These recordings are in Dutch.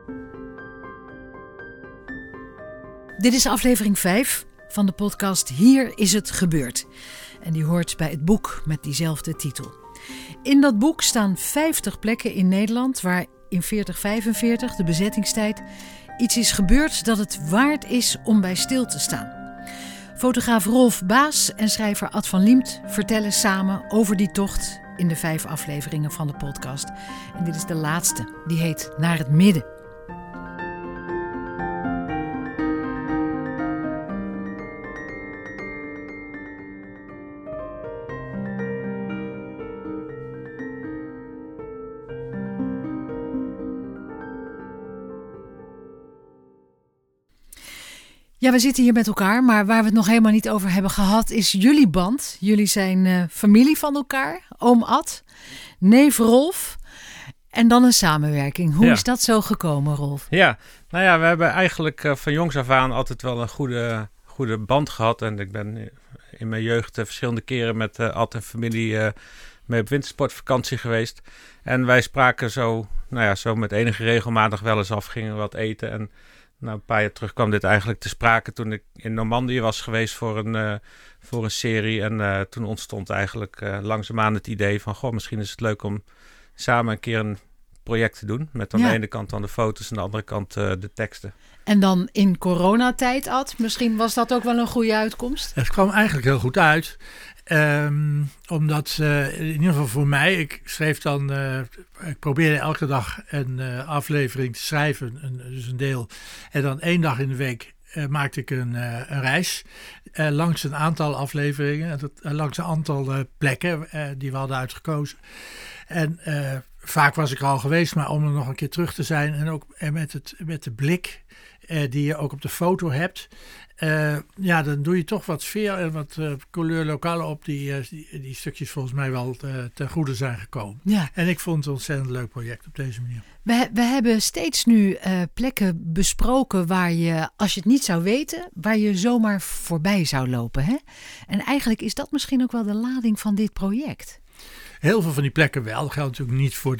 Dit is aflevering 5 van de podcast Hier is het gebeurd. En die hoort bij het boek met diezelfde titel. In dat boek staan 50 plekken in Nederland waar in 40-45, de bezettingstijd, iets is gebeurd dat het waard is om bij stil te staan. Fotograaf Rolf Baas en schrijver Ad van Liemt vertellen samen over die tocht in de 5 afleveringen van de podcast. En dit is de laatste, die heet Naar het Midden. Ja, we zitten hier met elkaar, maar waar we het nog helemaal niet over hebben gehad is jullie band. Jullie zijn familie van elkaar, oom Ad, neef Rolf en dan een samenwerking. Hoe is dat zo gekomen, Rolf? Ja, nou ja, we hebben eigenlijk van jongs af aan altijd wel een goede band gehad. En ik ben in mijn jeugd verschillende keren met Ad en familie mee op wintersportvakantie geweest. En wij spraken zo met enige regelmatig wel eens af, gingen wat eten en... Nou, een paar jaar terug kwam dit eigenlijk te sprake toen ik in Normandië was geweest voor een serie. En toen ontstond eigenlijk langzaamaan het idee van... misschien is het leuk om samen een keer een project te doen. Met aan de ene kant dan de foto's en aan de andere kant de teksten. En dan in coronatijd, Ad, misschien was dat ook wel een goede uitkomst? Het kwam eigenlijk heel goed uit. Omdat in ieder geval voor mij, ik schreef dan, ik probeerde elke dag een aflevering te schrijven, dus een deel. En dan 1 dag in de week maakte ik een reis langs een aantal afleveringen, langs een aantal plekken die we hadden uitgekozen. En vaak was ik er al geweest, maar om er nog een keer terug te zijn en ook met de blik die je ook op de foto hebt. Dan doe je toch wat sfeer en wat couleur locale op die stukjes volgens mij wel ten goede zijn gekomen. Ja. En ik vond het een ontzettend leuk project op deze manier. We hebben steeds nu plekken besproken waar je, als je het niet zou weten, waar je zomaar voorbij zou lopen. Hè? En eigenlijk is dat misschien ook wel de lading van dit project. Heel veel van die plekken wel. Dat geldt natuurlijk niet voor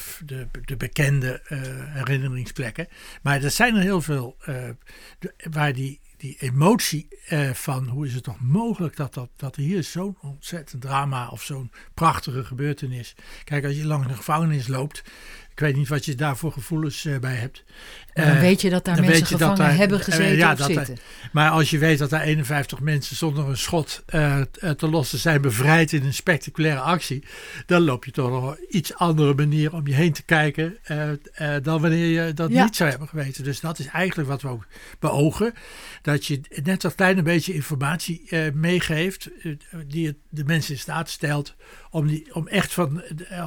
de bekende herinneringsplekken. Maar er zijn er heel veel waar die emotie van hoe is het toch mogelijk dat er hier zo'n ontzettend drama of zo'n prachtige gebeurtenis. Kijk, als je langs een gevangenis loopt, ik weet niet wat je daar voor gevoelens bij hebt. Dan weet je dat daar mensen gevangen hebben gezeten of zitten. Maar als je weet dat daar 51 mensen zonder een schot te lossen zijn bevrijd in een spectaculaire actie, dan loop je toch nog een iets andere manier om je heen te kijken dan wanneer je dat niet zou hebben geweten. Dus dat is eigenlijk wat we ook beogen. Dat je net dat kleine beetje informatie meegeeft die de mensen in staat stelt om echt van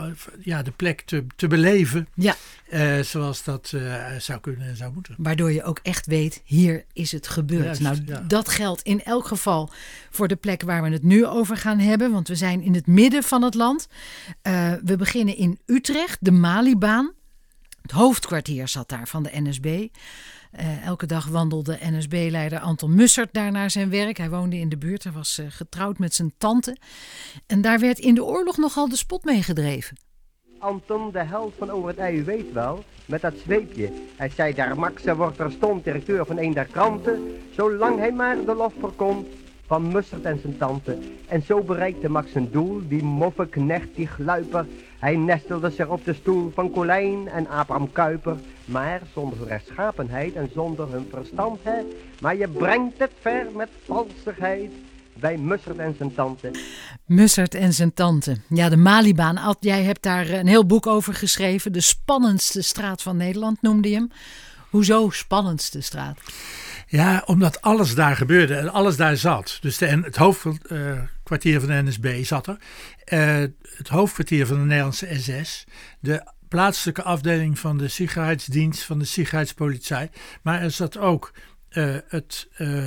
de plek te beleven. Ja. Zoals dat zou kunnen en zou moeten. Waardoor je ook echt weet, hier is het gebeurd. Juist, dat geldt in elk geval voor de plek waar we het nu over gaan hebben. Want we zijn in het midden van het land. We beginnen in Utrecht, de Malibaan. Het hoofdkwartier zat daar van de NSB. Elke dag wandelde NSB-leider Anton Mussert daar naar zijn werk. Hij woonde in de buurt, hij was getrouwd met zijn tante. En daar werd in de oorlog nogal de spot mee gedreven. Anton, de held van Over het IJ, u weet wel, met dat zweepje. Hij zei daar Max, wordt terstond directeur van een der kranten, zolang hij maar de lof voorkomt van Mussert en zijn tante. En zo bereikte Max zijn doel, die moffe knecht, die gluiper. Hij nestelde zich op de stoel van Colijn en Abraham Kuyper, maar zonder rechtschapenheid en zonder hun verstand, hè. Maar je brengt het ver met valsigheid. Bij Mussert en zijn tante. Mussert en zijn tante. Ja, de Malibaan. Ad, jij hebt daar een heel boek over geschreven. De spannendste straat van Nederland noemde je hem. Hoezo spannendste straat? Ja, omdat alles daar gebeurde en alles daar zat. Dus het hoofdkwartier van de NSB zat er. Het hoofdkwartier van de Nederlandse SS. De plaatselijke afdeling van de Sicherheidsdienst, van de Sicherheidspolizei. Maar er zat ook het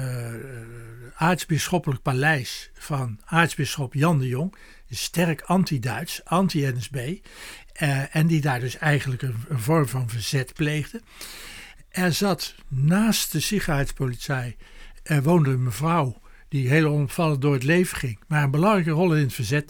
aartsbisschoppelijk paleis van aartsbisschop Jan de Jong. Sterk anti-Duits, anti-NSB. En die daar dus eigenlijk een vorm van verzet pleegde. Er zat naast de Sicherheidspolizei, woonde een mevrouw die heel onopvallend door het leven ging. Maar een belangrijke rol in het verzet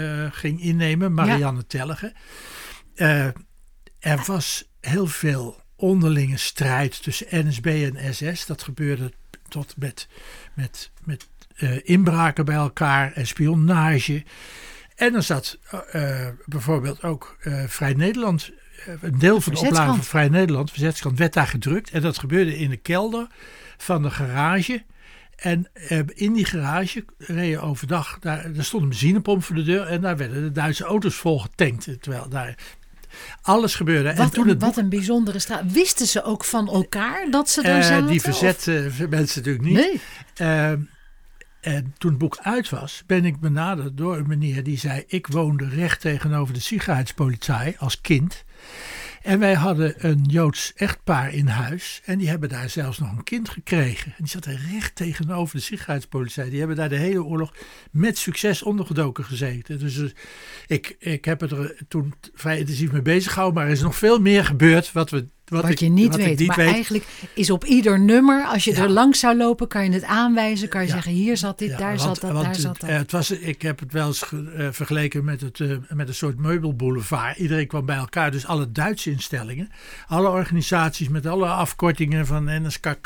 ging innemen, Marianne Tellege. Er was heel veel onderlinge strijd tussen NSB en SS. Dat gebeurde tot met inbraken bij elkaar en spionage. En er zat bijvoorbeeld ook Vrij Nederland. Een deel van de oplage van Vrij Nederland, Verzetskant, werd daar gedrukt. En dat gebeurde in de kelder van de garage. En in die garage reden overdag, daar stond een benzinepomp voor de deur. En daar werden de Duitse auto's vol getankt. Terwijl daar alles gebeurde. Wat een bijzondere straat. Wisten ze ook van elkaar dat ze daar zaten? Die verzette mensen natuurlijk niet. Nee. En toen het boek uit was, ben ik benaderd door een meneer die zei: ik woonde recht tegenover de Sicherheitspolizei als kind. En wij hadden een Joods echtpaar in huis. En die hebben daar zelfs nog een kind gekregen. En die zat er recht tegenover de Sicherheitspolizei. Die hebben daar de hele oorlog met succes ondergedoken gezeten. Dus ik heb het er toen vrij intensief mee bezig gehouden. Maar er is nog veel meer gebeurd wat je niet weet. Eigenlijk is op ieder nummer, als je er langs zou lopen, kan je het aanwijzen. Kan je zeggen, hier zat dit, daar zat dat. Ik heb het wel eens vergeleken met een soort meubelboulevard. Iedereen kwam bij elkaar. Dus alle Duitse instellingen, alle organisaties met alle afkortingen van NSKK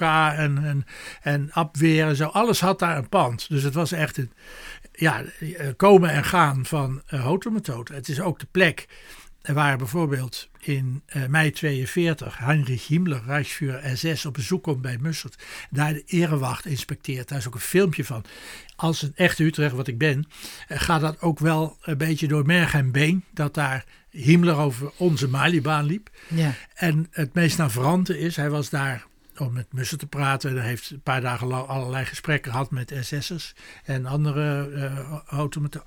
en Abwehr en zo. Alles had daar een pand. Dus het was echt komen en gaan van Hotemethode. Het is ook de plek waar bijvoorbeeld in mei 42 Heinrich Himmler, Reichsführer SS, op bezoek komt bij Mussert. Daar de erewacht inspecteert. Daar is ook een filmpje van. Als een echte Utrecht, wat ik ben, gaat dat ook wel een beetje door merg en been. Dat daar Himmler over onze Malibaan liep. Ja. En het meest navrante is, hij was daar om met Mussert te praten. En hij heeft een paar dagen lang allerlei gesprekken gehad met SS'ers en andere Hotemethode.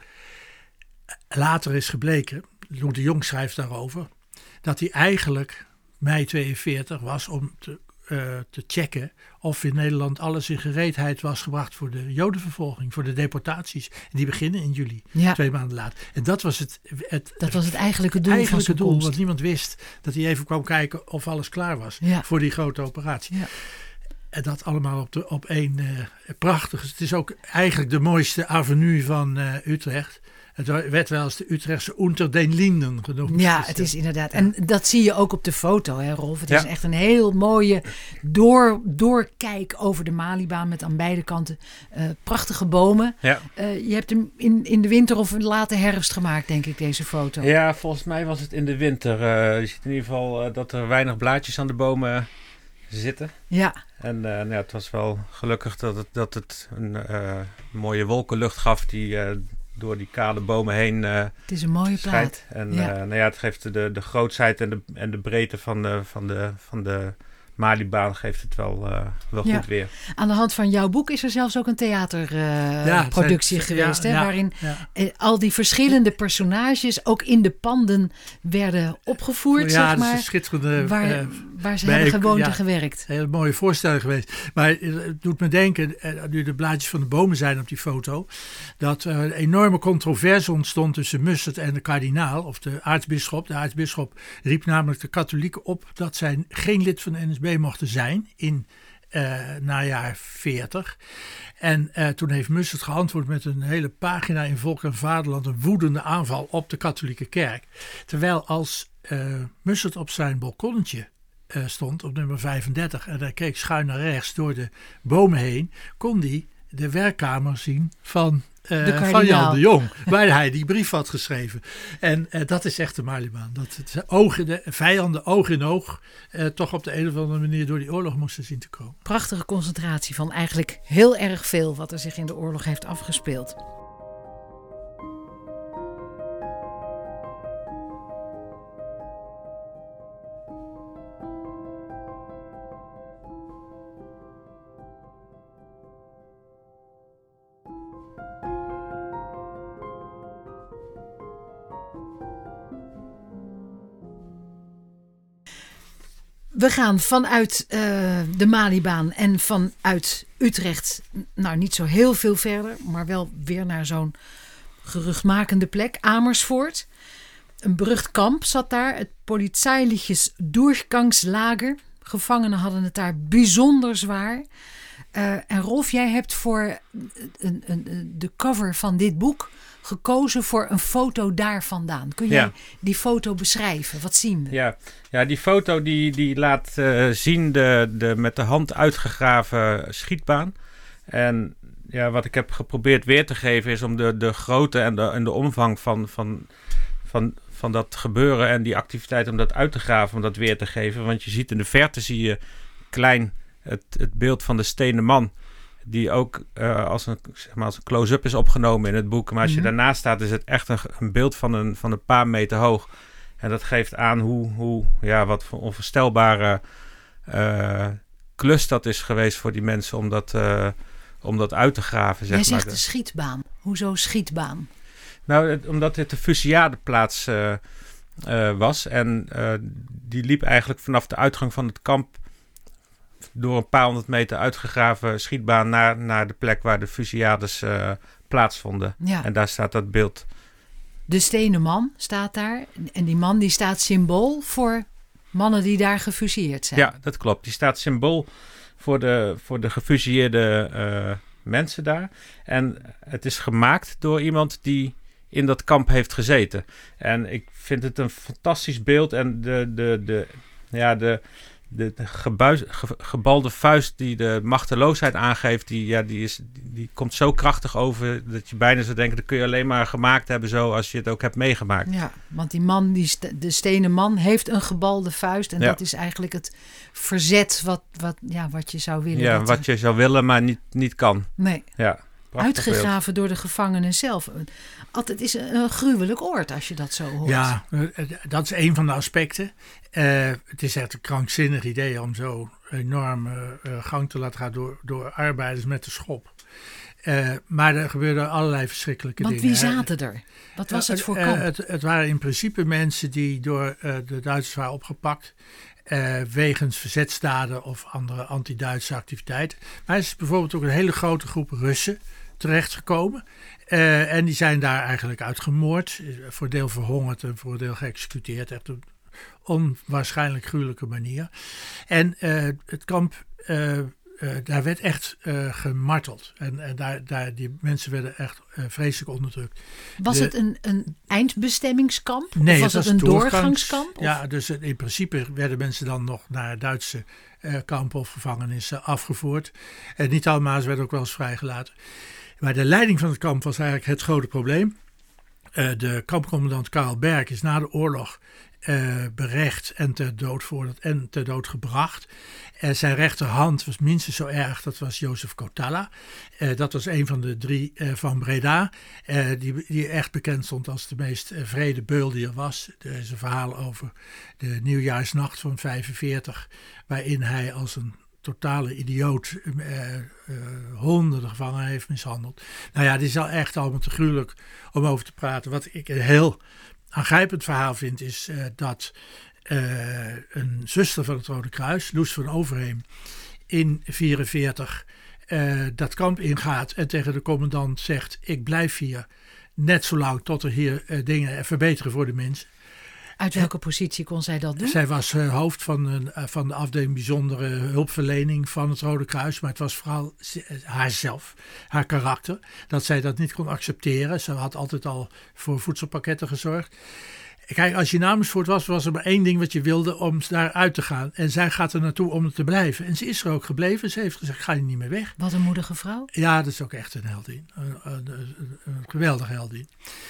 Later is gebleken, Lou de Jong schrijft daarover, dat hij eigenlijk mei 42 was om te checken of in Nederland alles in gereedheid was gebracht voor de Jodenvervolging, voor de deportaties. En die beginnen in juli, 2 maanden later. En dat was het eigenlijke doel van zijn komst. Want niemand wist dat hij even kwam kijken of alles klaar was voor die grote operatie. Ja. En dat allemaal op één prachtig. Het is ook eigenlijk de mooiste avenue van Utrecht. Het werd wel eens de Utrechtse Unter den Linden genoemd. Ja, het is inderdaad. En dat zie je ook op de foto, hè, Rolf. Het is echt een heel mooie doorkijk over de Malibaan met aan beide kanten prachtige bomen. Ja. Je hebt hem in de winter of late herfst gemaakt, denk ik, deze foto. Ja, volgens mij was het in de winter. Je ziet in ieder geval dat er weinig blaadjes aan de bomen zitten. Ja. En het was wel gelukkig dat het een mooie wolkenlucht gaf die door die kale bomen heen het is een mooie plaat. En het geeft de grootsheid en de breedte van de Malibaan geeft het wel goed weer. Aan de hand van jouw boek is er zelfs ook een theaterproductie geweest. Waarin al die verschillende personages ook in de panden werden opgevoerd. Ja, zeg maar, dat is een schitterende waar ze hebben gewoond en gewerkt. Een hele mooie voorstelling geweest. Maar het doet me denken, nu de blaadjes van de bomen zijn op die foto, dat er een enorme controverse ontstond tussen Mussert en de kardinaal of de aartsbisschop. De aartsbisschop riep namelijk de katholieken op dat zij geen lid van de NSB mochten zijn in najaar 40. En toen heeft Mussert geantwoord met een hele pagina in Volk en Vaderland, een woedende aanval op de katholieke kerk. Terwijl als Mussert op zijn balkonnetje stond, op nummer 35, en hij keek schuin naar rechts door de bomen heen, kon hij de werkkamer zien van Jan de Jong, waar hij die brief had geschreven. En dat is echt de Malibaan. Dat de vijanden oog in oog toch op de een of andere manier door die oorlog moesten zien te komen. Prachtige concentratie van eigenlijk heel erg veel wat er zich in de oorlog heeft afgespeeld. We gaan vanuit de Malibaan en vanuit Utrecht, nou niet zo heel veel verder, maar wel weer naar zo'n geruchtmakende plek, Amersfoort. Een berucht kamp zat daar, het Polizeiliches Durchgangslager. Gevangenen hadden het daar bijzonder zwaar. En Rolf, jij hebt voor de cover van dit boek gekozen voor een foto daar vandaan. Kun jij die foto beschrijven? Wat zien we? Ja, die foto die laat zien de met de hand uitgegraven schietbaan. En ja, wat ik heb geprobeerd weer te geven is om de grootte en de omvang van dat gebeuren en die activiteit om dat uit te graven, om dat weer te geven. Want je ziet in de verte zie je klein het beeld van de stenen man, die ook als een close-up is opgenomen in het boek. Maar als je daarnaast staat, is het echt een beeld van een paar meter hoog. En dat geeft aan wat voor onvoorstelbare klus dat is geweest voor die mensen om dat uit te graven. Jij zegt de schietbaan. Hoezo schietbaan? Nou, omdat het de fusiliadeplaats was. En die liep eigenlijk vanaf de uitgang van het kamp door een paar honderd meter uitgegraven schietbaan naar de plek waar de fusillades plaatsvonden. Ja. En daar staat dat beeld. De stenen man staat daar. En die man die staat symbool voor mannen die daar gefusilleerd zijn. Ja, dat klopt. Die staat symbool voor de gefusilleerde mensen daar. En het is gemaakt door iemand die in dat kamp heeft gezeten. En ik vind het een fantastisch beeld. En de gebalde vuist die de machteloosheid aangeeft, die komt zo krachtig over dat je bijna zou denken, dat kun je alleen maar gemaakt hebben zo als je het ook hebt meegemaakt. Ja, want die man, de stenen man, heeft een gebalde vuist en dat is eigenlijk het verzet wat je zou willen. Ja, wat je zou willen, maar niet kan. Nee. Ja. Uitgegraven door de gevangenen zelf. Het is een gruwelijk oord als je dat zo hoort. Ja, dat is een van de aspecten. Het is echt een krankzinnig idee om zo enorm gang te laten gaan door arbeiders met de schop. Maar er gebeurden allerlei verschrikkelijke dingen. Want wie zaten er? Wat was het voor kamp? Het waren in principe mensen die door de Duitsers waren opgepakt. Wegens verzetsdaden of andere anti-Duitse activiteiten. Maar er is bijvoorbeeld ook een hele grote groep Russen terechtgekomen. En die zijn daar eigenlijk uitgemoord. Voor deel verhongerd en voor deel geëxecuteerd. Echt een onwaarschijnlijk gruwelijke manier. En het kamp, daar werd echt gemarteld. En daar die mensen werden echt vreselijk onderdrukt. Was het een eindbestemmingskamp? Nee, of was het een doorgangskamp? Ja, dus in principe werden mensen dan nog naar Duitse kampen of gevangenissen afgevoerd. En niet allemaal, ze werden ook wel eens vrijgelaten. Maar de leiding van het kamp was eigenlijk het grote probleem. De kampcommandant Karl Berg is na de oorlog berecht en ter dood gebracht. Zijn rechterhand was minstens zo erg, dat was Jozef Kotala. Dat was een van de 3 van Breda, die echt bekend stond als de meest wrede beul die er was. Er is een verhaal over de nieuwjaarsnacht van 1945, waarin hij als een totale idioot honderden gevangenen heeft mishandeld. Nou ja, dit is al echt allemaal te gruwelijk om over te praten. Wat ik een heel aangrijpend verhaal vind is dat een zuster van het Rode Kruis, Loes van Overheem, in 1944 dat kamp ingaat en tegen de commandant zegt: ik blijf hier net zo lang tot er hier dingen verbeteren voor de mensen. Uit welke positie kon zij dat doen? Zij was hoofd van de afdeling bijzondere hulpverlening van het Rode Kruis. Maar het was vooral haarzelf, haar karakter, dat zij dat niet kon accepteren. Ze had altijd al voor voedselpakketten gezorgd. Kijk, als je in Amersfoort was er maar één ding wat je wilde, om daar uit te gaan. En zij gaat er naartoe om er te blijven. En ze is er ook gebleven. Ze heeft gezegd: ga je niet meer weg. Wat een moedige vrouw. Ja, dat is ook echt een heldin. Een geweldige heldin.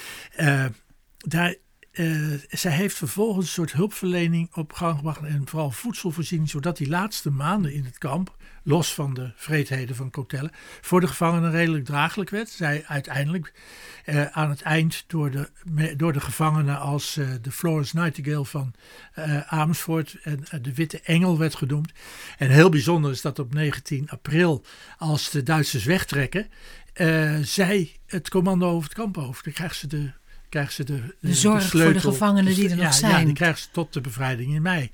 Zij heeft vervolgens een soort hulpverlening op gang gebracht en vooral voedselvoorziening, zodat die laatste maanden in het kamp, los van de vreedheden van Kotelle, voor de gevangenen redelijk draaglijk werd. Zij uiteindelijk aan het eind door de gevangenen als de Florence Nightingale van Amersfoort en de Witte Engel werd genoemd. En heel bijzonder is dat op 19 april, als de Duitsers wegtrekken, zij het commando over het kamp over. Dan krijgt ze de zorg de sleutel, voor de gevangenen die er nog zijn. Ja, die krijgen ze tot de bevrijding in mei.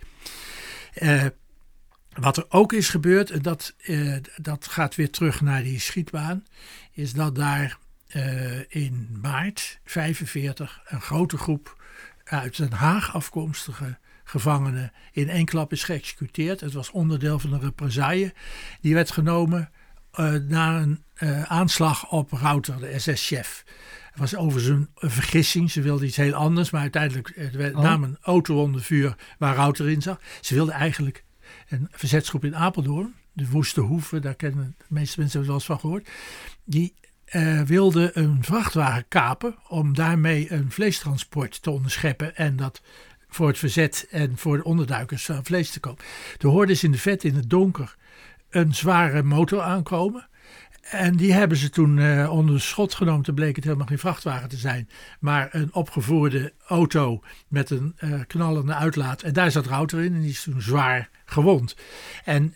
Wat er ook is gebeurd, en dat gaat weer terug naar die schietbaan, is dat daar in maart 1945 een grote groep uit Den Haag afkomstige gevangenen in één klap is geëxecuteerd. Het was onderdeel van een represaille. Die werd genomen na een aanslag op Rauter, de SS-chef. Het was overigens een vergissing. Ze wilden iets heel anders, maar uiteindelijk namen een auto onder vuur waar Rauter in zag. Ze wilden eigenlijk een verzetsgroep in Apeldoorn, de Woeste Hoeve, daar kennen de meeste mensen er wel eens van gehoord. Die wilde een vrachtwagen kapen om daarmee een vleestransport te onderscheppen en dat voor het verzet en voor de onderduikers vlees te kopen. Toen hoorden ze in de vet in het donker een zware motor aankomen. En die hebben ze toen onder schot genomen. Toen bleek het helemaal geen vrachtwagen te zijn. Maar een opgevoerde auto met een knallende uitlaat. En daar zat Rauter in en die is toen zwaar gewond. En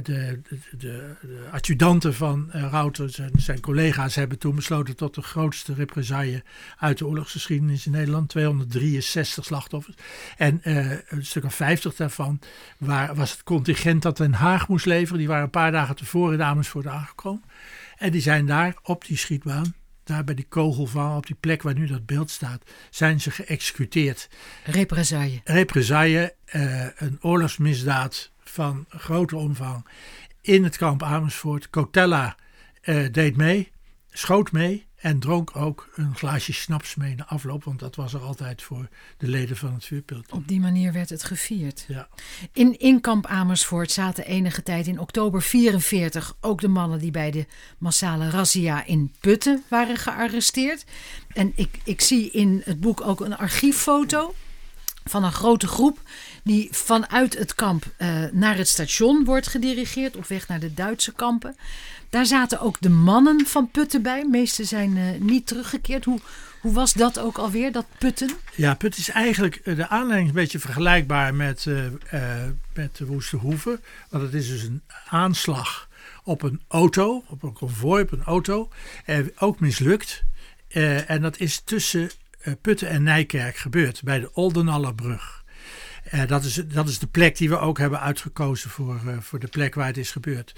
de adjudanten van Rauter, zijn collega's, hebben toen besloten tot de grootste represaille uit de oorlogsgeschiedenis in Nederland. 263 slachtoffers. En een stuk of 50 daarvan was het contingent dat Den Haag moest leveren. Die waren een paar dagen tevoren in Amersfoort aangekomen. En die zijn daar op die schietbaan, daar bij die kogelval, op die plek waar nu dat beeld staat, zijn ze geëxecuteerd. Represaille, een oorlogsmisdaad van grote omvang in het kamp Amersfoort. Cotella deed mee, schoot mee en dronk ook een glaasje schnaps mee na afloop, want dat was er altijd voor de leden van het vuurpeloton. Op die manier werd het gevierd. Ja. In kamp Amersfoort zaten enige tijd in oktober 1944 ook de mannen die bij de massale razzia in Putten waren gearresteerd. En ik zie in het boek ook een archieffoto van een grote groep die vanuit het kamp naar het station wordt gedirigeerd op weg naar de Duitse kampen. Daar zaten ook de mannen van Putten bij. De meeste zijn niet teruggekeerd. Hoe was dat ook alweer, dat Putten? Ja, Putten is eigenlijk de aanleiding een beetje vergelijkbaar met de Woeste Hoeve. Want het is dus een aanslag op een auto, op een konvooi, op een auto. Ook mislukt. En dat is tussen Putten en Nijkerk gebeurd, bij de Oldenallerbrug. Dat is de plek die we ook hebben uitgekozen voor de plek waar het is gebeurd.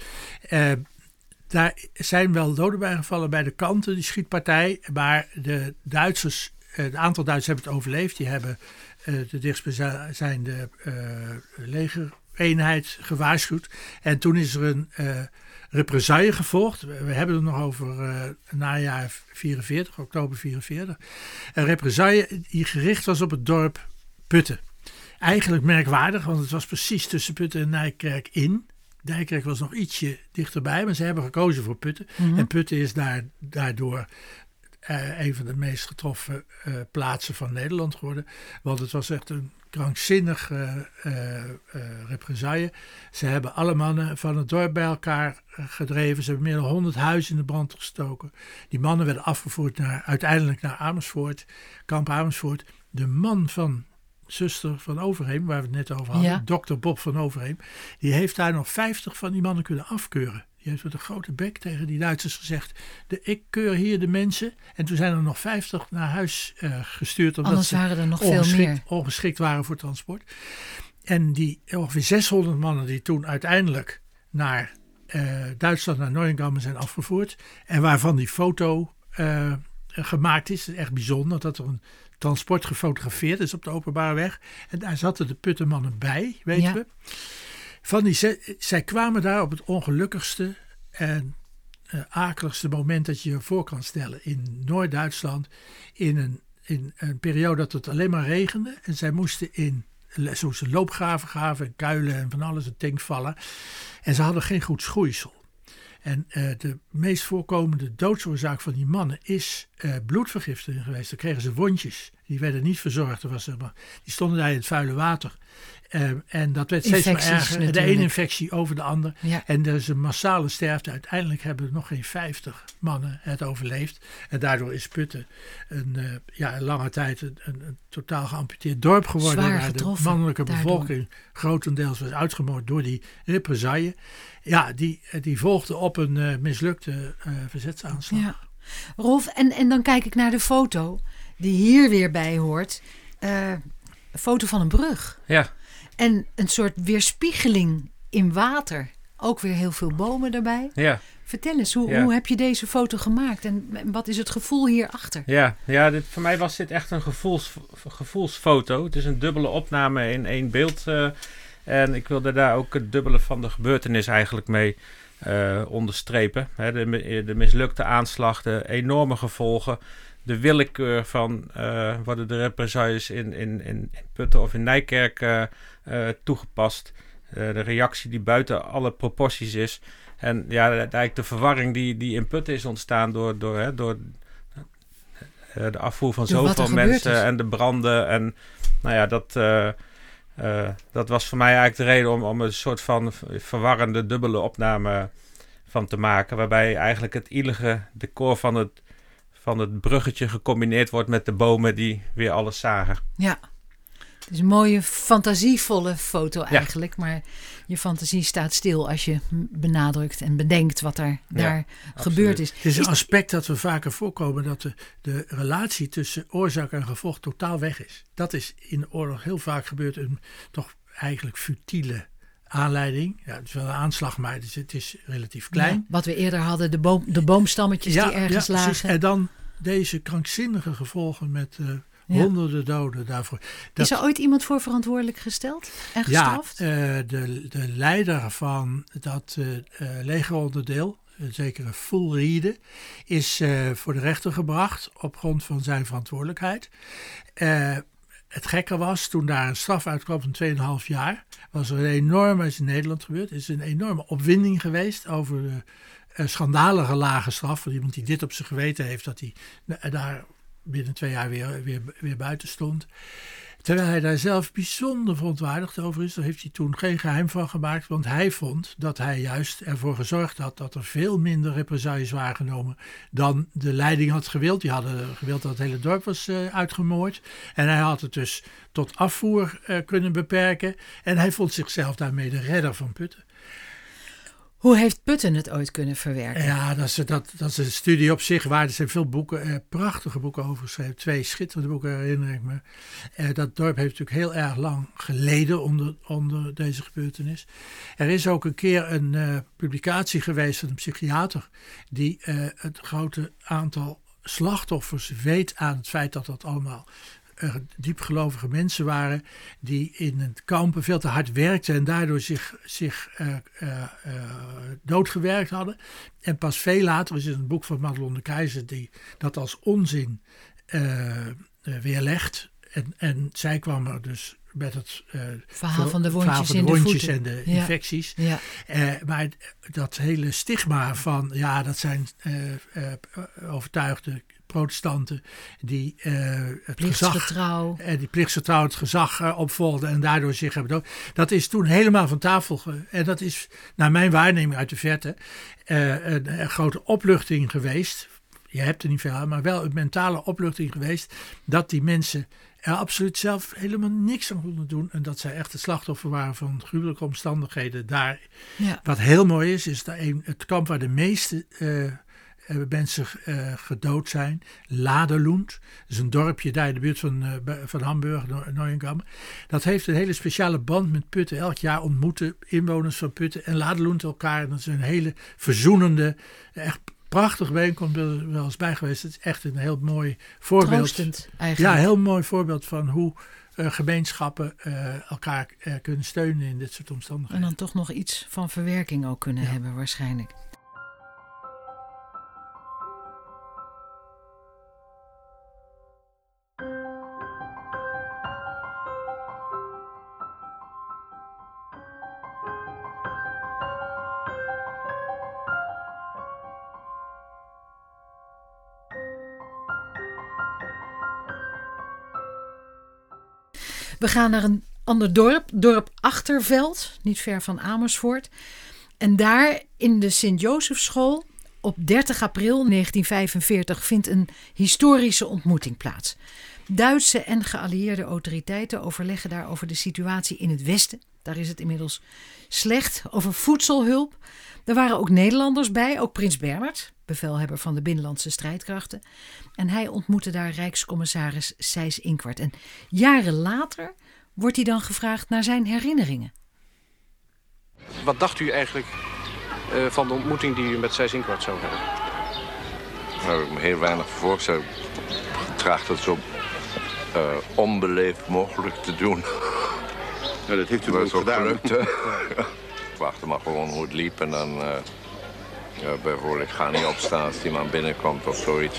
Daar zijn wel doden bij gevallen bij de kanten, die schietpartij. Maar de Duitsers, een aantal Duitsers hebben het overleefd. Die hebben de dichtstbijzijnde legereenheid gewaarschuwd. En toen is er een represaille gevolgd. We hebben het nog over najaar 44, oktober 44. Een represaille die gericht was op het dorp Putten. Eigenlijk merkwaardig, want het was precies tussen Putten en Nijkerk in. Nijkerk was nog ietsje dichterbij, maar ze hebben gekozen voor Putten. Mm-hmm. En Putten is daardoor een van de meest getroffen plaatsen van Nederland geworden. Want het was echt een krankzinnig represaille. Ze hebben alle mannen van het dorp bij elkaar gedreven. Ze hebben meer dan 100 huizen in de brand gestoken. Die mannen werden afgevoerd uiteindelijk naar Amersfoort, kamp Amersfoort. De man van zuster van Overheem, waar we het net over hadden, dokter Bob van Overheem, die heeft daar nog 50 van die mannen kunnen afkeuren. Die heeft met een grote bek tegen die Duitsers gezegd, ik keur hier de mensen. En toen zijn er nog 50 naar huis gestuurd. Omdat anders waren er nog veel meer. Ongeschikt waren voor transport. En die ongeveer 600 mannen die toen uiteindelijk naar Duitsland, naar Neuengamme zijn afgevoerd. En waarvan die foto gemaakt is. Het is echt bijzonder dat er een transport gefotografeerd is op de openbare weg. En daar zaten de Puttenmannen bij, weten we. Zij kwamen daar op het ongelukkigste en akeligste moment dat je je voor kan stellen. In Noord-Duitsland, in een periode dat het alleen maar regende. En zij moesten in zoals ze loopgraven gaven en kuilen en van alles een tank vallen. En ze hadden geen goed schoeisel. En de meest voorkomende doodsoorzaak van die mannen is bloedvergiftiging geweest. Dan kregen ze wondjes. Die werden niet verzorgd. Die stonden daar in het vuile water. En dat werd steeds maar erger. Natuurlijk. De ene infectie over de ander. Ja. En er is een massale sterfte. Uiteindelijk hebben nog geen 50 mannen het overleefd. En daardoor is Putten een lange tijd een totaal geamputeerd dorp geworden. Zwaar waar getroffen, de mannelijke bevolking grotendeels was uitgemoord door die represaille. Ja, die volgde op een mislukte verzetsaanslag. Ja. Rolf, en dan kijk ik naar de foto die hier weer bij hoort. Een foto van een brug. Ja. En een soort weerspiegeling in water. Ook weer heel veel bomen daarbij. Ja. Vertel eens, hoe heb je deze foto gemaakt? En wat is het gevoel hierachter? Ja, voor mij was dit echt een gevoelsfoto. Het is een dubbele opname in één beeld. En ik wilde daar ook het dubbele van de gebeurtenis eigenlijk mee onderstrepen. De mislukte aanslag, de enorme gevolgen, de willekeur van worden de represailles in Putten of in Nijkerk toegepast. De reactie die buiten alle proporties is. En ja, eigenlijk de verwarring die in Putten is ontstaan door de afvoer van zoveel mensen en de branden. En nou ja, dat was voor mij eigenlijk de reden om een soort van verwarrende dubbele opname van te maken. Waarbij eigenlijk het ielige decor van het bruggetje gecombineerd wordt met de bomen die weer alles zagen. Ja, het is een mooie fantasievolle foto eigenlijk. Ja. Maar je fantasie staat stil als je benadrukt en bedenkt wat daar gebeurd is. Het is een aspect dat we vaker voorkomen, dat de relatie tussen oorzaak en gevolg totaal weg is. Dat is in de oorlog heel vaak gebeurd, een toch eigenlijk futiele aanleiding. Ja, het is wel een aanslag, maar het is relatief klein. Ja, wat we eerder hadden, de boomstammetjes die ergens lagen. Precies. En dan deze krankzinnige gevolgen met honderden doden daarvoor. Is er ooit iemand voor verantwoordelijk gesteld en gestraft? Ja, de leider van dat legeronderdeel, zekere Fulriede, is voor de rechter gebracht op grond van zijn verantwoordelijkheid. Het gekke was, toen daar een straf uitkwam van 2,5 jaar, was er een enorme, is in Nederland gebeurd, is een enorme opwinding geweest over de schandalige lage straf van iemand die dit op zijn geweten heeft, dat hij daar binnen 2 jaar weer buiten stond. Terwijl hij daar zelf bijzonder verontwaardigd over is, daar heeft hij toen geen geheim van gemaakt, want hij vond dat hij juist ervoor gezorgd had dat er veel minder represailles waren genomen dan de leiding had gewild. Die hadden gewild dat het hele dorp was uitgemoord. En hij had het dus tot afvoer kunnen beperken. En hij vond zichzelf daarmee de redder van Putten. Hoe heeft Putten het ooit kunnen verwerken? Ja, dat is een studie op zich waard. Er zijn veel boeken, prachtige boeken over geschreven. 2 schitterende boeken herinner ik me. Dat dorp heeft natuurlijk heel erg lang geleden onder deze gebeurtenis. Er is ook een keer een publicatie geweest van een psychiater die het grote aantal slachtoffers weet aan het feit dat dat allemaal diepgelovige mensen waren die in het kampen veel te hard werkten en daardoor zich doodgewerkt hadden. En pas veel later is in het boek van Madelon de Keizer die dat als onzin weerlegt. En zij kwam er dus met het verhaal van de wondjes en de infecties. Ja. Maar dat hele stigma van, dat zijn overtuigde protestanten die het plichtsgetrouw het gezag opvolgden en daardoor zich hebben dood. Dat is toen helemaal van tafel. En dat is naar mijn waarneming uit de verte een grote opluchting geweest. Je hebt er niet veel aan, maar wel een mentale opluchting geweest dat die mensen er absoluut zelf helemaal niks aan konden doen. En dat zij echt het slachtoffer waren van gruwelijke omstandigheden daar. Ja. Wat heel mooi is dat het kamp waar de meeste mensen gedood zijn, Laderlund. Dat is een dorpje daar in de buurt van Hamburg, Neuengamme. Dat heeft een hele speciale band met Putten. Elk jaar ontmoeten inwoners van Putten en Laderlund elkaar. En dat is een hele verzoenende, echt prachtig bijeenkomst, er wel eens bij geweest. Het is echt een heel mooi voorbeeld. Troostend eigenlijk. Ja, heel mooi voorbeeld van hoe gemeenschappen elkaar kunnen steunen in dit soort omstandigheden. En dan toch nog iets van verwerking ook kunnen hebben waarschijnlijk. We gaan naar een ander dorp Achterveld, niet ver van Amersfoort. En daar in de Sint-Josefschool op 30 april 1945 vindt een historische ontmoeting plaats. Duitse en geallieerde autoriteiten overleggen daar over de situatie in het Westen. Daar is het inmiddels slecht, over voedselhulp. Er waren ook Nederlanders bij, ook prins Bernhard, bevelhebber van de Binnenlandse Strijdkrachten. En hij ontmoette daar Rijkscommissaris Seyss-Inquart. En jaren later wordt hij dan gevraagd naar zijn herinneringen. Wat dacht u eigenlijk van de ontmoeting die u met Seyss-Inquart zou hebben? Daar heb ik me heel weinig voorgesteld. Ik getracht het zo onbeleefd mogelijk te doen. Ja, dat heeft u ook gedaan. Gelukt, ik wachtte maar gewoon hoe het liep en dan Ja, bijvoorbeeld, ik ga niet opstaan als iemand binnenkomt of zoiets.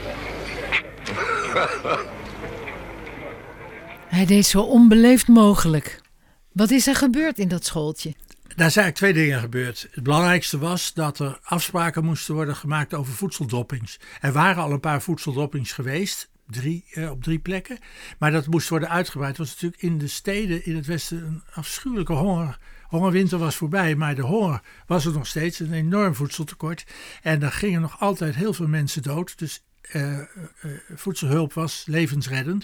Hij deed zo onbeleefd mogelijk. Wat is er gebeurd in dat schooltje? Daar zijn eigenlijk 2 dingen gebeurd. Het belangrijkste was dat er afspraken moesten worden gemaakt over voedseldroppings. Er waren al een paar voedseldroppings geweest, op 3 plekken. Maar dat moest worden uitgebreid. Het was natuurlijk in de steden in het westen een afschuwelijke honger. Hongerwinter was voorbij, maar de honger was er nog steeds. Een enorm voedseltekort. En er gingen nog altijd heel veel mensen dood. Dus voedselhulp was levensreddend.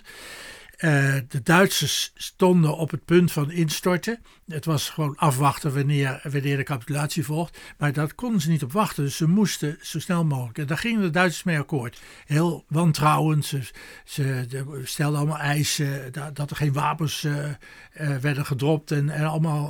De Duitsers stonden op het punt van instorten. Het was gewoon afwachten wanneer de capitulatie volgt. Maar daar konden ze niet op wachten. Dus ze moesten zo snel mogelijk. En daar gingen de Duitsers mee akkoord. Heel wantrouwend. Ze stelden allemaal eisen dat er geen wapens werden gedropt. En allemaal,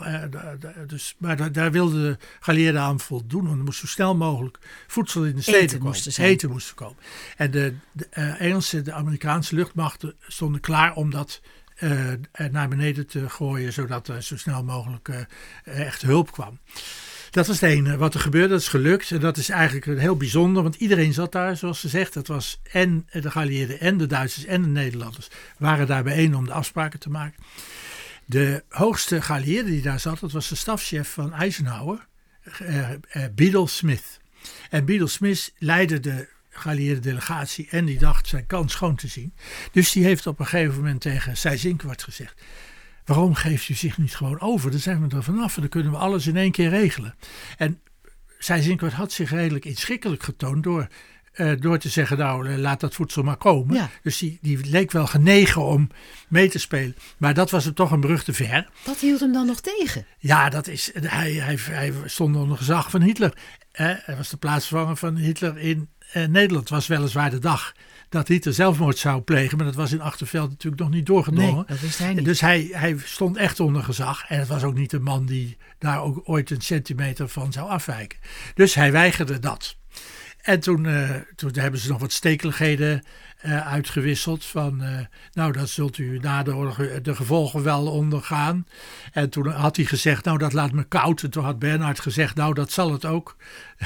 maar daar wilden de geallieerden aan voldoen. Want er moest zo snel mogelijk voedsel in de steden komen. Eten moest komen. En de Engelse, de Amerikaanse luchtmachten stonden klaar om dat naar beneden te gooien, zodat er zo snel mogelijk echt hulp kwam. Dat was het ene wat er gebeurde. Dat is gelukt. En dat is eigenlijk heel bijzonder, want iedereen zat daar, zoals ze zegt. Het was en de geallieerden en de Duitsers en de Nederlanders waren daar bijeen om de afspraken te maken. De hoogste geallieerde die daar zat, dat was de stafchef van Eisenhower, Bedell Smith. En Bedell Smith leidde de geallieerde delegatie en die dacht zijn kans schoon te zien. Dus die heeft op een gegeven moment tegen Seyss-Inquart gezegd: waarom geeft u zich niet gewoon over? Dan zijn we er vanaf en dan kunnen we alles in 1 keer regelen. En Seyss-Inquart had zich redelijk inschikkelijk getoond door te zeggen, nou laat dat voedsel maar komen. Ja. Dus die leek wel genegen om mee te spelen. Maar dat was hem toch een brug te ver. Wat hield hem dan nog tegen? Ja, hij stond onder gezag van Hitler. Hij was de plaatsvervanger van Hitler in Nederland. Was weliswaar de dag dat Hitler zelfmoord zou plegen. Maar dat was in Achterveld natuurlijk nog niet doorgedrongen. Nee, dat wist hij niet. Dus hij stond echt onder gezag. En het was ook niet een man die daar ook ooit een centimeter van zou afwijken. Dus hij weigerde dat. En toen hebben ze nog wat stekeligheden uitgewisseld. Van nou, dat zult u na de oorlog de gevolgen wel ondergaan. En toen had hij gezegd, nou dat laat me koud. En toen had Bernhard gezegd, nou dat zal het ook.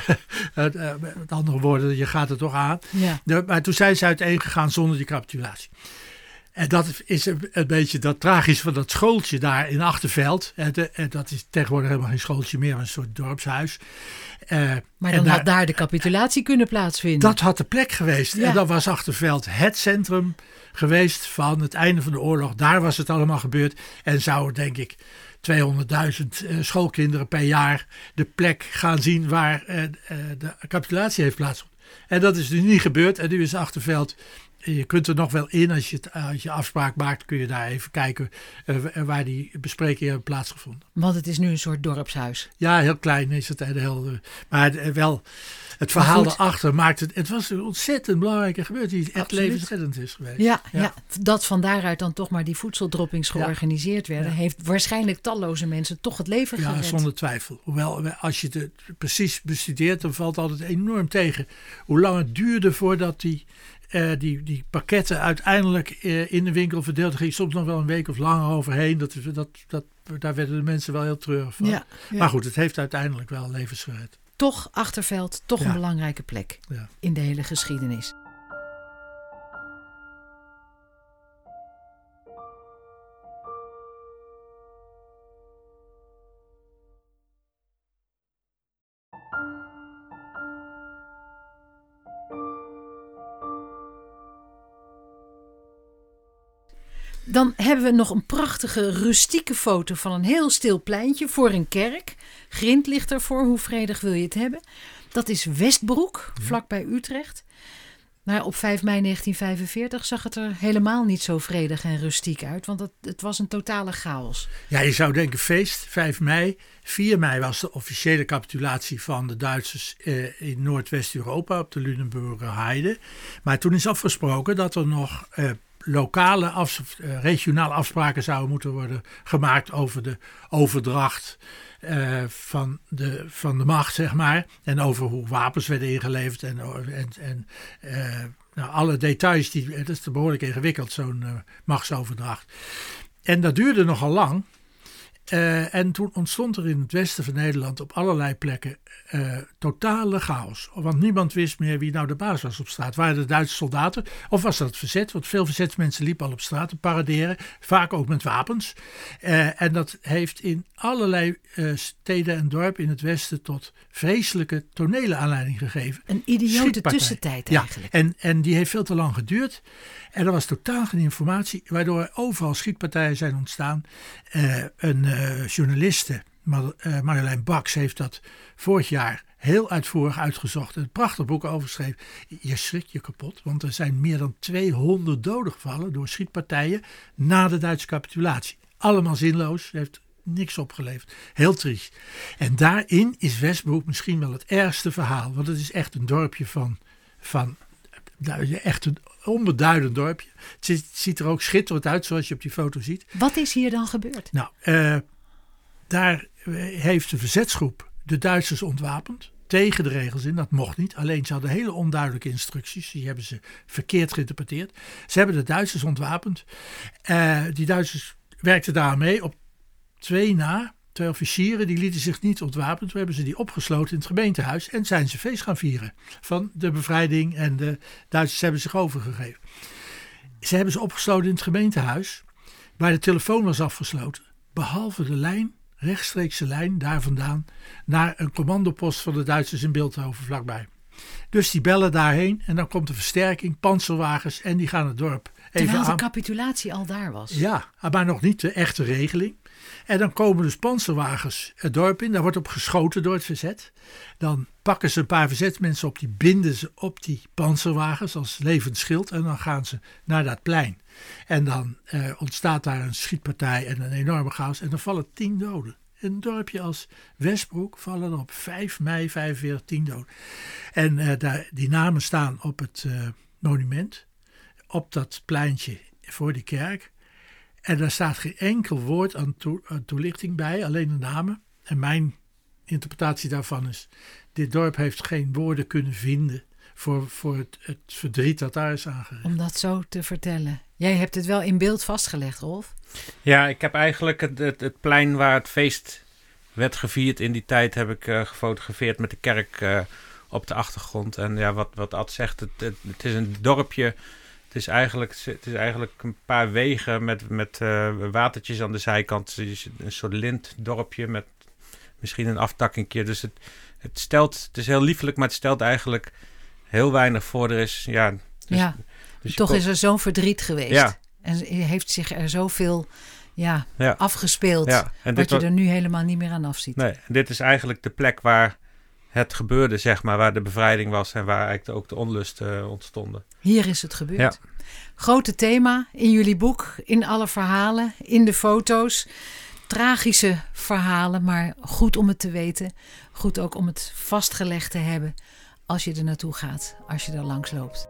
Met andere woorden, je gaat er toch aan. Ja. Maar toen zijn ze uiteengegaan zonder die capitulatie. En dat is een beetje dat tragisch van dat schooltje daar in Achterveld. Dat is tegenwoordig helemaal geen schooltje meer, maar een soort dorpshuis. Maar dan had daar de capitulatie kunnen plaatsvinden. Dat had de plek geweest. Ja. En dan was Achterveld het centrum geweest van het einde van de oorlog. Daar was het allemaal gebeurd. En zou, denk ik, 200.000 schoolkinderen per jaar de plek gaan zien waar de capitulatie heeft plaatsgevonden. En dat is dus niet gebeurd. En nu is Achterveld... Je kunt er nog wel in, als je afspraak maakt, kun je daar even kijken waar die besprekingen hebben plaatsgevonden. Want het is nu een soort dorpshuis. Ja, heel klein is het. Maar wel, het verhaal erachter maakt het was een ontzettend belangrijke gebeurtenis die echt levensreddend is geweest. Ja, dat van daaruit dan toch maar die voedseldroppings georganiseerd werden, heeft waarschijnlijk talloze mensen toch het leven gered. Ja, zonder twijfel. Hoewel, als je het precies bestudeert, dan valt altijd enorm tegen hoe lang het duurde voordat die pakketten uiteindelijk in de winkel verdeeld. Er ging soms nog wel een week of langer overheen. Daar werden de mensen wel heel treurig van. Ja. Maar goed, het heeft uiteindelijk wel levens gered. Toch Achterveld, toch een belangrijke plek in de hele geschiedenis. Dan hebben we nog een prachtige rustieke foto van een heel stil pleintje voor een kerk. Grind ligt ervoor, hoe vredig wil je het hebben. Dat is Westbroek, vlakbij Utrecht. Maar op 5 mei 1945 zag het er helemaal niet zo vredig en rustiek uit. Want het was een totale chaos. Ja, je zou denken feest, 5 mei. 4 mei was de officiële capitulatie van de Duitsers in Noordwest-Europa op de Lunenburger Heide. Maar toen is afgesproken dat er nog... regionale afspraken zouden moeten worden gemaakt over de overdracht van de macht, zeg maar. En over hoe wapens werden ingeleverd en alle details. Dat is behoorlijk ingewikkeld, zo'n machtsoverdracht. En dat duurde nogal lang. En toen ontstond er in het westen van Nederland op allerlei plekken totale chaos. Want niemand wist meer wie nou de baas was op straat. Waren het Duitse soldaten of was dat het verzet? Want veel verzetsmensen liepen al op straat te paraderen. Vaak ook met wapens. En dat heeft in allerlei steden en dorpen in het westen tot vreselijke tonele aanleiding gegeven. Een idiote tussentijd eigenlijk. Ja, en die heeft veel te lang geduurd. En er was totaal geen informatie, waardoor overal schietpartijen zijn ontstaan. Een journaliste, Marjolein Baks, heeft dat vorig jaar heel uitvoerig uitgezocht. Een prachtig boek over geschreven. Je schrikt je kapot, want er zijn meer dan 200 doden gevallen door schietpartijen na de Duitse capitulatie. Allemaal zinloos, heeft niks opgeleverd. Heel triest. En daarin is Westbroek misschien wel het ergste verhaal. Want het is echt een dorpje van echt een onbeduidend dorpje. Het ziet er ook schitterend uit zoals je op die foto ziet. Wat is hier dan gebeurd? Nou, daar heeft de verzetsgroep de Duitsers ontwapend. Tegen de regels in, dat mocht niet. Alleen ze hadden hele onduidelijke instructies. Die hebben ze verkeerd geïnterpreteerd. Ze hebben de Duitsers ontwapend. Die Duitsers werkten daar mee op 2 officieren, die lieten zich niet ontwapenen. Toen hebben ze die opgesloten in het gemeentehuis en zijn ze feest gaan vieren van de bevrijding en de Duitsers hebben zich overgegeven. Ze hebben ze opgesloten in het gemeentehuis waar de telefoon was afgesloten. Behalve de lijn, rechtstreekse lijn daar vandaan naar een commandopost van de Duitsers in Bilthoven vlakbij. Dus die bellen daarheen en dan komt de versterking, panzerwagens en die gaan het dorp even Terwijl de capitulatie al daar was. Ja, maar nog niet de echte regeling. En dan komen dus panzerwagens het dorp in. Daar wordt op geschoten door het verzet. Dan pakken ze een paar verzetsmensen op. Die binden ze op die panzerwagens als levend schild. En dan gaan ze naar dat plein. En dan ontstaat daar een schietpartij en een enorme chaos. En dan vallen 10 doden. In een dorpje als Westbroek vallen er op 5 mei 45 10 doden. En die namen staan op het monument. Op dat pleintje voor die kerk. En daar staat geen enkel woord aan toelichting bij, alleen de namen. En mijn interpretatie daarvan is, dit dorp heeft geen woorden kunnen vinden voor het verdriet dat daar is aangegeven. Om dat zo te vertellen. Jij hebt het wel in beeld vastgelegd, Rolf. Ja, ik heb eigenlijk het plein waar het feest werd gevierd in die tijd heb ik gefotografeerd met de kerk op de achtergrond. En ja, wat Ad zegt, het is een dorpje. Het is eigenlijk een paar wegen met watertjes aan de zijkant. Het is een soort lintdorpje met misschien een aftakkingje. Dus het is heel liefelijk, maar het stelt eigenlijk heel weinig voor. Er is, dus toch is er zo'n verdriet geweest. Ja. En heeft zich er zoveel afgespeeld. Ja. En wat je er nu helemaal niet meer aan afziet. Nee, dit is eigenlijk de plek waar het gebeurde, zeg maar, waar de bevrijding was en waar eigenlijk ook de onlusten ontstonden. Hier is het gebeurd. Ja. Grote thema in jullie boek, in alle verhalen, in de foto's. Tragische verhalen, maar goed om het te weten. Goed ook om het vastgelegd te hebben als je er naartoe gaat, als je er langs loopt.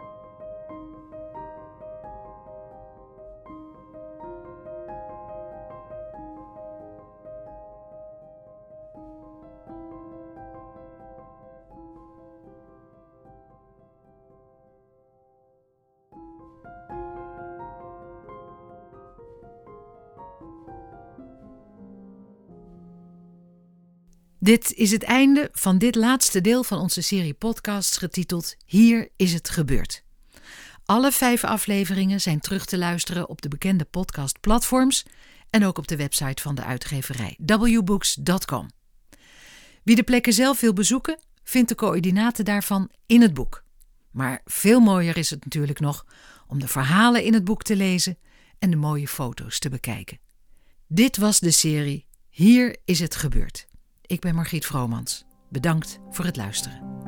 Dit is het einde van dit laatste deel van onze serie podcasts getiteld Hier is het gebeurd. Alle 5 afleveringen zijn terug te luisteren op de bekende podcastplatforms en ook op de website van de uitgeverij wbooks.com. Wie de plekken zelf wil bezoeken, vindt de coördinaten daarvan in het boek. Maar veel mooier is het natuurlijk nog om de verhalen in het boek te lezen en de mooie foto's te bekijken. Dit was de serie Hier is het gebeurd. Ik ben Margriet Vromans. Bedankt voor het luisteren.